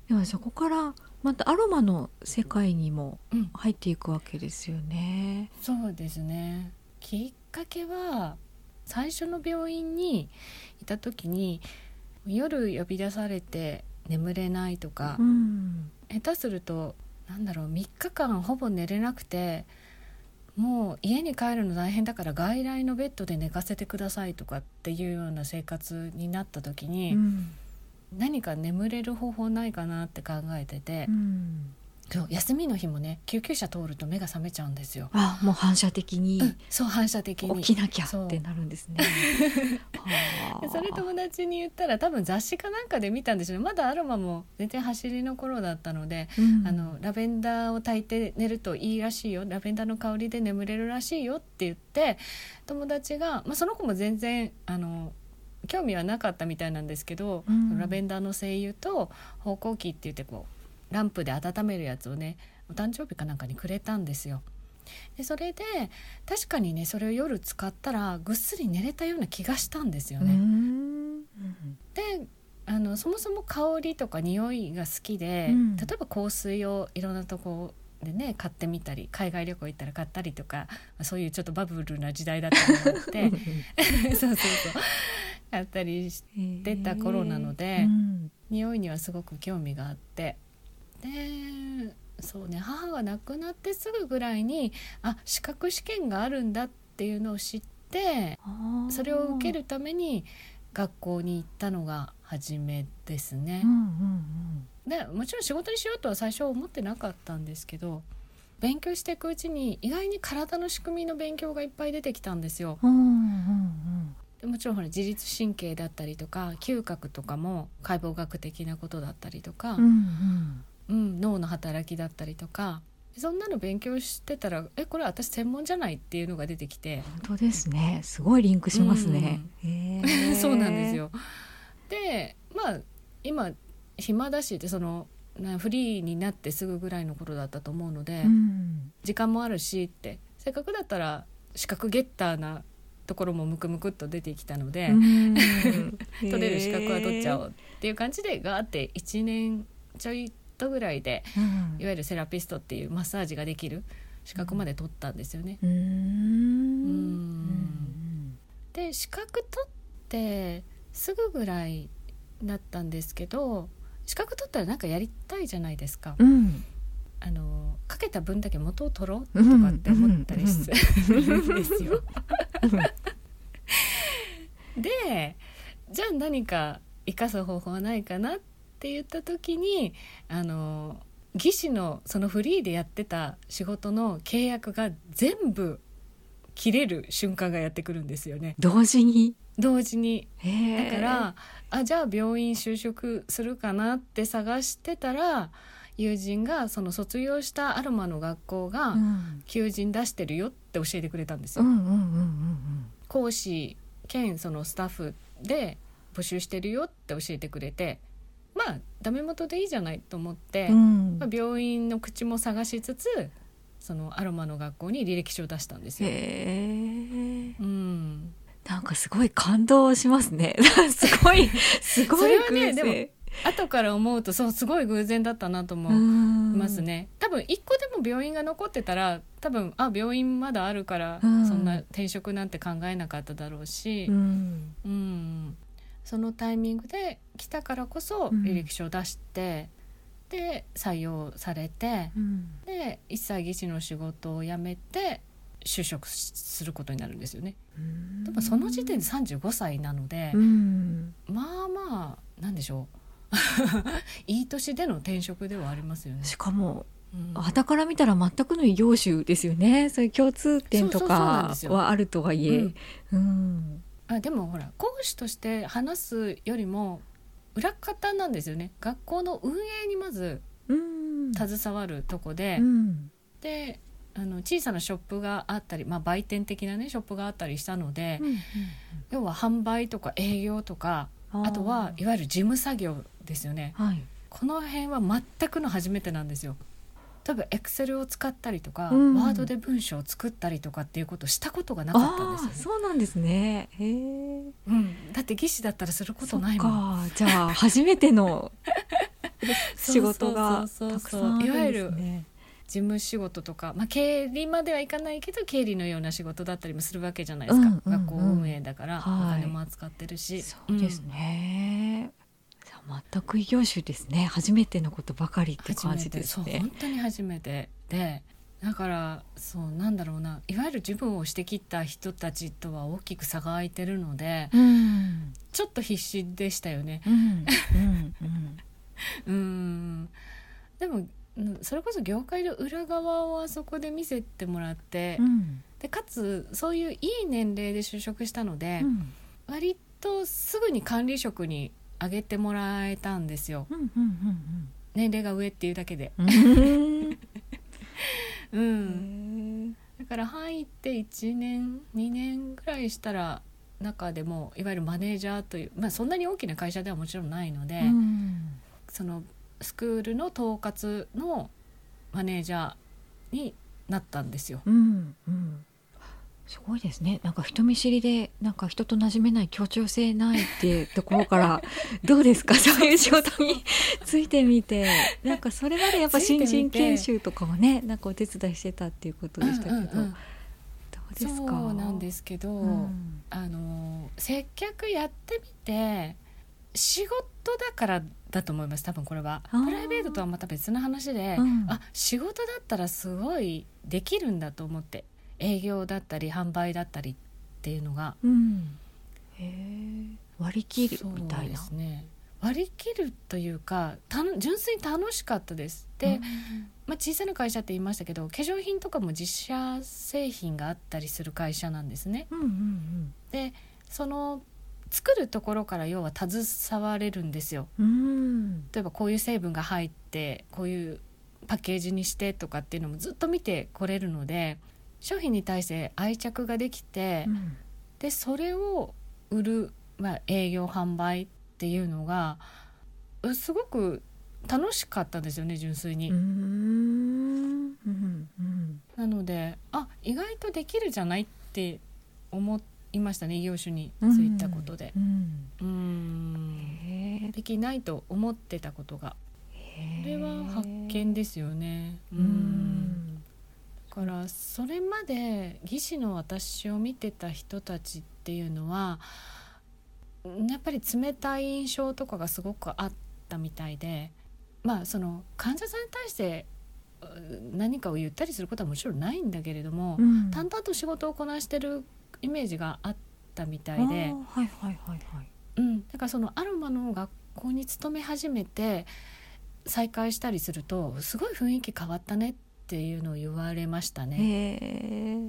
ではそこからまたアロマの世界にもうん入っていくわけですよね。 そうですね。きっかけは最初の病院にいた時に夜呼び出されて眠れないとか、下手すると3日間ほぼ寝れなくて、もう家に帰るの大変だから外来のベッドで寝かせてくださいとかっていうような生活になった時に、何か眠れる方法ないかなって考えてて、そう休みの日もね救急車通ると目が覚めちゃうんですよ。 あ、もう反射的に、 そう反射的に起きなきゃってなるんですね。 でそれ友達に言ったら多分雑誌かなんかで見たんですよ。まだアロマも全然走りの頃だったので、ラベンダーを焚いて寝るといいらしいよ、ラベンダーの香りで眠れるらしいよって言って、友達が、その子も全然興味はなかったみたいなんですけど、ラベンダーの精油と芳香器って言ってこうランプで温めるやつをねお誕生日かなんかにくれたんですよ。でそれで確かにねそれを夜使ったらぐっすり寝れたような気がしたんですよね。でそもそも香りとか匂いが好きで、例えば香水をいろんなとこでね買ってみたり、海外旅行行ったら買ったりとか、そういうちょっとバブルな時代だったのでそう買ったりしてた頃なので、匂いにはすごく興味があって、でそうね、母が亡くなってすぐぐらいに資格試験があるんだっていうのを知って、それを受けるために学校に行ったのが初めですね。でもちろん仕事にしようとは最初は思ってなかったんですけど、勉強していくうちに意外に体の仕組みの勉強がいっぱい出てきたんですよ。でもちろん自律神経だったりとか嗅覚とかも解剖学的なことだったりとか、脳の働きだったりとか、そんなの勉強してたらこれ私専門じゃないっていうのが出てきて、 本当ですね、すごいリンクしますね。 そうなんですよ。で今暇だしってフリーになってすぐぐらいの頃だったと思うので、時間もあるしって、せっかくだったら資格ゲッターなところもムクムクっと出てきたので、取れる資格は取っちゃおうっていう感じでガーって1年ちょいとぐらいで、いわゆるセラピストっていうマッサージができる資格まで取ったんですよね。で資格取ってすぐぐらいだったんですけど、資格取ったらなんかやりたいじゃないですか。かけた分だけ元を取ろうとかって思ったりするんですよ。でじゃあ何か生かす方法はないかなって言った時に、技師のそのフリーでやってた仕事の契約が全部切れる瞬間がやってくるんですよね。同時にだからじゃあ病院就職するかなって探してたら、友人がその卒業したアロマの学校が求人出してるよって教えてくれたんですよ。講師兼そのスタッフで募集してるよって教えてくれて、ダメ元でいいじゃないと思って、病院の口も探しつつそのアロマの学校に履歴書を出したんですよ。 なんかすごい感動しますね。すごいそれはね、でも後から思うとすごい偶然だったなと思いますね。多分一個でも病院が残ってたら、多分病院まだあるからそんな転職なんて考えなかっただろうし、そのタイミングで来たからこそ履歴書を出して、で採用されて、で一切技師の仕事を辞めて就職することになるんですよね。でもその時点で35歳なので、なんでしょういい年での転職ではありますよね。 しかも傍から見たら全くの異業種ですよね。そういう共通点とかはあるとはいえ、 でもほら講師として話すよりも裏方なんですよね。学校の運営にまず携わるとこで、で小さなショップがあったり、売店的なねショップがあったりしたので、要は販売とか営業とか、あとはいわゆる事務作業ですよね。この辺は全くの初めてなんですよ。多分エクセルを使ったりとか、ワードで文章を作ったりとかっていうことをしたことがなかったんですよね。 そうなんですね。 だって技師だったらすることないもん。 じゃあ初めての仕事がたくさんあるんですね。 いわゆる事務仕事とか、経理まではいかないけど経理のような仕事だったりもするわけじゃないですか、学校運営だから、お金も扱ってるし、 そうですね、全く異業種ですね。初めてのことばかりって感じですね。 そう本当に初めてで、だからなんだろうな、いわゆる自分をしてきた人たちとは大きく差が開いてるので、ちょっと必死でしたよね。でもそれこそ業界の裏側をあそこで見せてもらって、でかつそういういい年齢で就職したので、割とすぐに管理職に上げてもらえたんですよ、年齢が上っていうだけでだから入って1年2年ぐらいしたら中でもいわゆるマネージャーという、そんなに大きな会社ではもちろんないので、そのスクールの統括のマネージャーになったんですよ。 すごいですね。なんか人見知りでなんか人と馴染めない、協調性ないっていうところからどうですか、そういう仕事についてみて。なんかそれまでやっぱ新人研修とかもね、なんかお手伝いしてたっていうことでしたけど、どうですか。 そうなんですけど、接客やってみて仕事だからだと思います。多分これはプライベートとはまた別の話で、仕事だったらすごいできるんだと思って、営業だったり販売だったりっていうのが、 割り切るみたいな。そうですね、割り切るというか純粋に楽しかったです。で、小さな会社って言いましたけど、化粧品とかも自社製品があったりする会社なんですね。でその作るところから要は携われるんですよ。例えばこういう成分が入ってこういうパッケージにしてとかっていうのもずっと見てこれるので、商品に対して愛着ができて、でそれを売る、営業販売っていうのがすごく楽しかったんですよね、純粋に。なので意外とできるじゃないって思いましたね、異業種についたことで。できないと思ってたことが、これは発見ですよね。だからそれまで技師の私を見てた人たちっていうのはやっぱり冷たい印象とかがすごくあったみたいで、その患者さんに対して何かを言ったりすることはもちろんないんだけれども、淡々と仕事をこなしてるイメージがあったみたいで、だからそのアロマの学校に勤め始めて再会したりするとすごい雰囲気変わったねっていうのを言われましたね。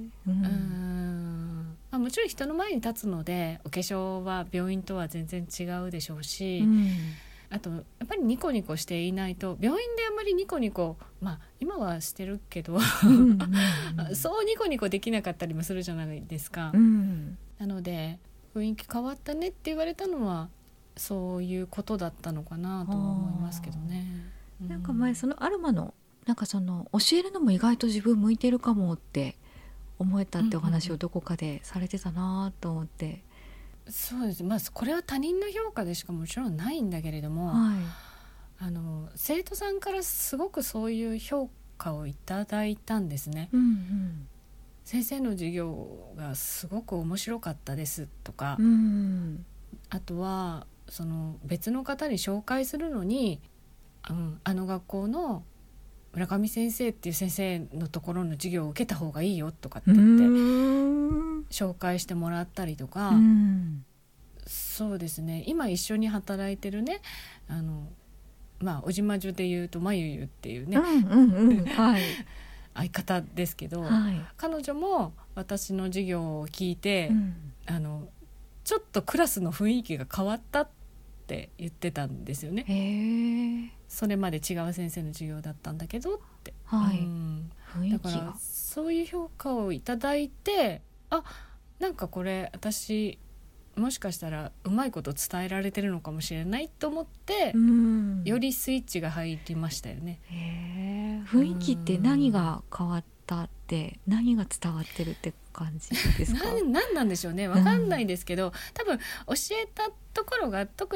もちろん人の前に立つのでお化粧は病院とは全然違うでしょうし、あとやっぱりニコニコしていないと、病院であんまりニコニコ、今はしてるけどそうニコニコできなかったりもするじゃないですか。なので雰囲気変わったねって言われたのはそういうことだったのかなとは思いますけどね。 なんか前そのアロマのなんかその教えるのも意外と自分向いてるかもって思えたってお話をどこかでされてたなと思って。 そうです。これは他人の評価でしかもちろんないんだけれども、生徒さんからすごくそういう評価をいただいたんですね。先生の授業がすごく面白かったですとか、あとはその別の方に紹介するのに、あの学校の村上先生っていう先生のところの授業を受けた方がいいよとかって言って紹介してもらったりとか、そうですね、今一緒に働いてるね、小島女でいうとまゆゆっていうね、相方ですけど、彼女も私の授業を聞いて、ちょっとクラスの雰囲気が変わったって言ってたんですよね。それまで違う先生の授業だったんだけどって、だからそういう評価をいただいて、なんかこれ私もしかしたらうまいこと伝えられてるのかもしれないと思って、よりスイッチが入りましたよね。 雰囲気って何が変わったって、何が伝わってるって感じですか？ 何なんでしょうね、分かんないですけど、多分教えたところが特に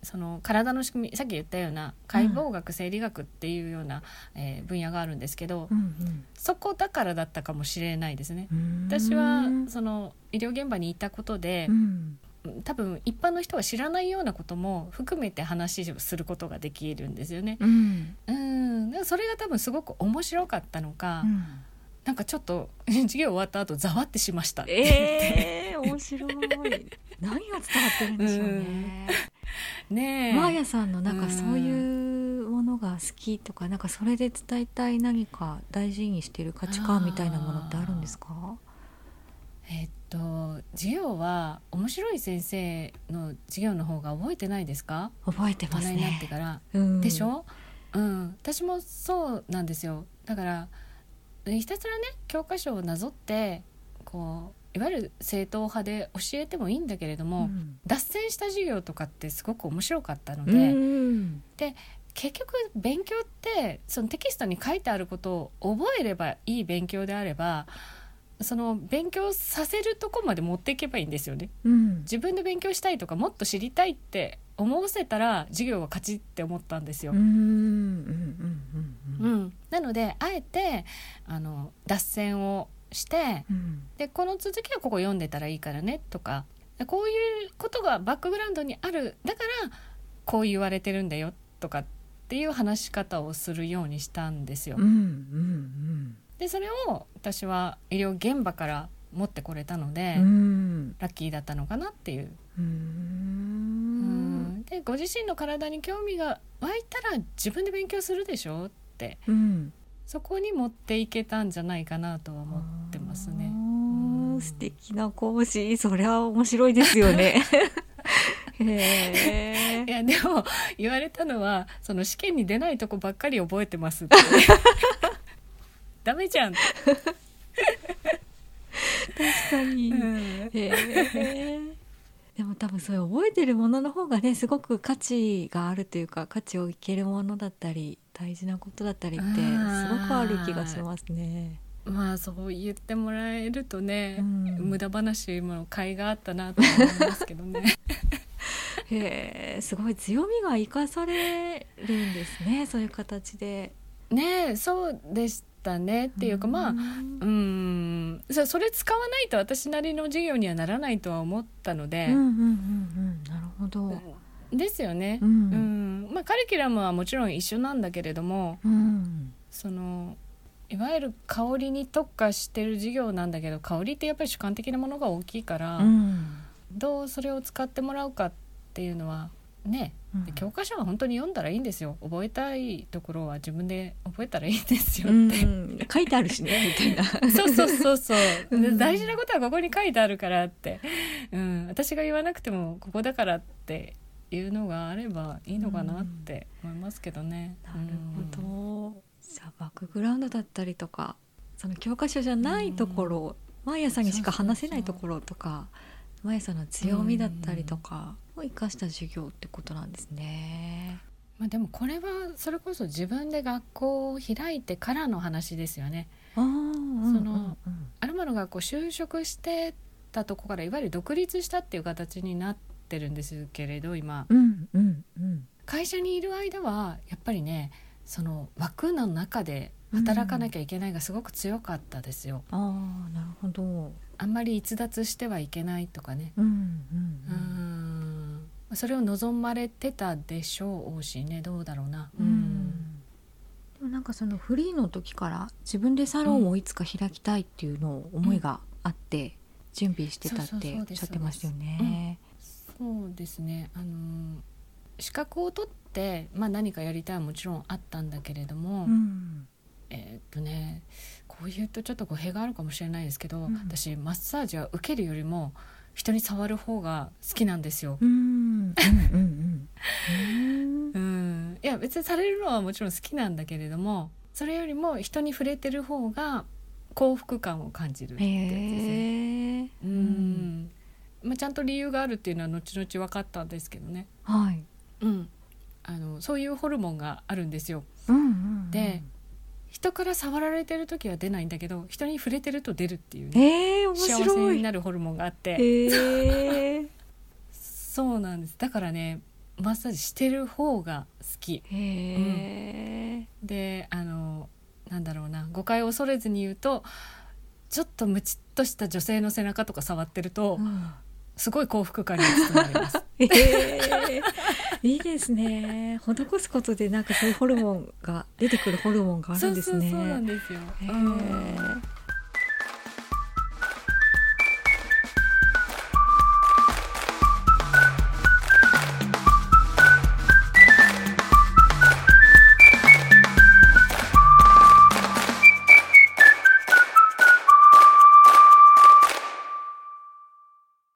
その体の仕組み、さっき言ったような解剖学、生理学っていうような、分野があるんですけど、そこだからだったかもしれないですね。私はその医療現場にいたことで、多分一般の人は知らないようなことも含めて話をすることができるんですよね。それが多分すごく面白かったのか、なんかちょっと授業終わった後ざわってしましたって面白い。何が伝わってるんでしょうね。 ねえ、 マーヤさんのなんかそういうものが好きとか、なんかそれで伝えたい何か大事にしている価値観みたいなものってあるんですか？ 授業は面白い先生の授業の方が覚えてないですか？ 覚えてますね。 大人になってから、でしょ、私もそうなんですよ。だからひたすらね教科書をなぞってこういわゆる正統派で教えてもいいんだけれども、脱線した授業とかってすごく面白かったので、で結局勉強ってそのテキストに書いてあることを覚えればいい勉強であれば、その勉強させるとこまで持っていけばいいんですよね。自分で勉強したいとかもっと知りたいって思わせたら授業は勝ちって思ったんですよ。なのであえて脱線をして、でこの続きはここ読んでたらいいからねとか、こういうことがバックグラウンドにある、だからこう言われてるんだよとかっていう話し方をするようにしたんですよ。でそれを私は医療現場から持ってこれたので、ラッキーだったのかなっていう。でご自身の体に興味が湧いたら自分で勉強するでしょって、そこに持っていけたんじゃないかなとは思ってますね。 素敵な講師、それは面白いですよね。いやでも言われたのは、その試験に出ないとこばっかり覚えてますってダメじゃん確かに、でも多分そういう覚えてるものの方がね、すごく価値があるというか、価値をいけるものだったり大事なことだったりってすごくある気がしますね。 まあそう言ってもらえるとね、無駄話も甲斐があったなと思いますけどねすごい強みが生かされるんですね、そういう形でね。そうでしたね。っていうかそれ使わないと私なりの授業にはならないとは思ったので、 なるほどですよね。カリキュラムはもちろん一緒なんだけれども、そのいわゆる香りに特化してる授業なんだけど、香りってやっぱり主観的なものが大きいから、どうそれを使ってもらうかっていうのはね、教科書は本当に読んだらいいんですよ。覚えたいところは自分で覚えたらいいんですよって、 書いてあるしねみたいなそう大事なことはここに書いてあるからって、私が言わなくてもここだからっていうのがあればいいのかなって思いますけどね。 なるほど。じゃあバックグラウンドだったりとか、その教科書じゃないところ、マーヤさんにしか話せないところとか、マーヤさんの強みだったりとかを生かした授業ってことなんですね。 でもこれはそれこそ自分で学校を開いてからの話ですよね。アロマの学校就職してたとこからいわゆる独立したっていう形になってるんですけれど、今、会社にいる間はやっぱりね、その枠の中で働かなきゃいけないがすごく強かったですよ。 なるほど。 あんまり逸脱してはいけないとかね、それを望まれてたでしょうしね、どうだろうな。 でもなんかそのフリーの時から自分でサロンをいつか開きたいっていうのを思いがあって準備してたっておっしゃってましたよね。 そうですね。資格を取って、何かやりたいはもちろんあったんだけれども、こう言うとちょっと語弊があるかもしれないですけど、私マッサージは受けるよりも人に触る方が好きなんですよ。いや別にされるのはもちろん好きなんだけれども、それよりも人に触れてる方が幸福感を感じるってやつですね。ちゃんと理由があるっていうのは後々分かったんですけどね。そういうホルモンがあるんですよ。で人から触られてる時は出ないんだけど、人に触れてると出るっていうね、幸せになるホルモンがあって、そうなんです。だからね、 マッサージしてる方が好き。でなんだろうな、誤解を恐れずに言うと、ちょっとムチっとした女性の背中とか触ってると、すごい幸福感に包まれます。 いいですね。施すことでなんかそういうホルモンが出てくるホルモンがあるんですね。 そうなんですよ。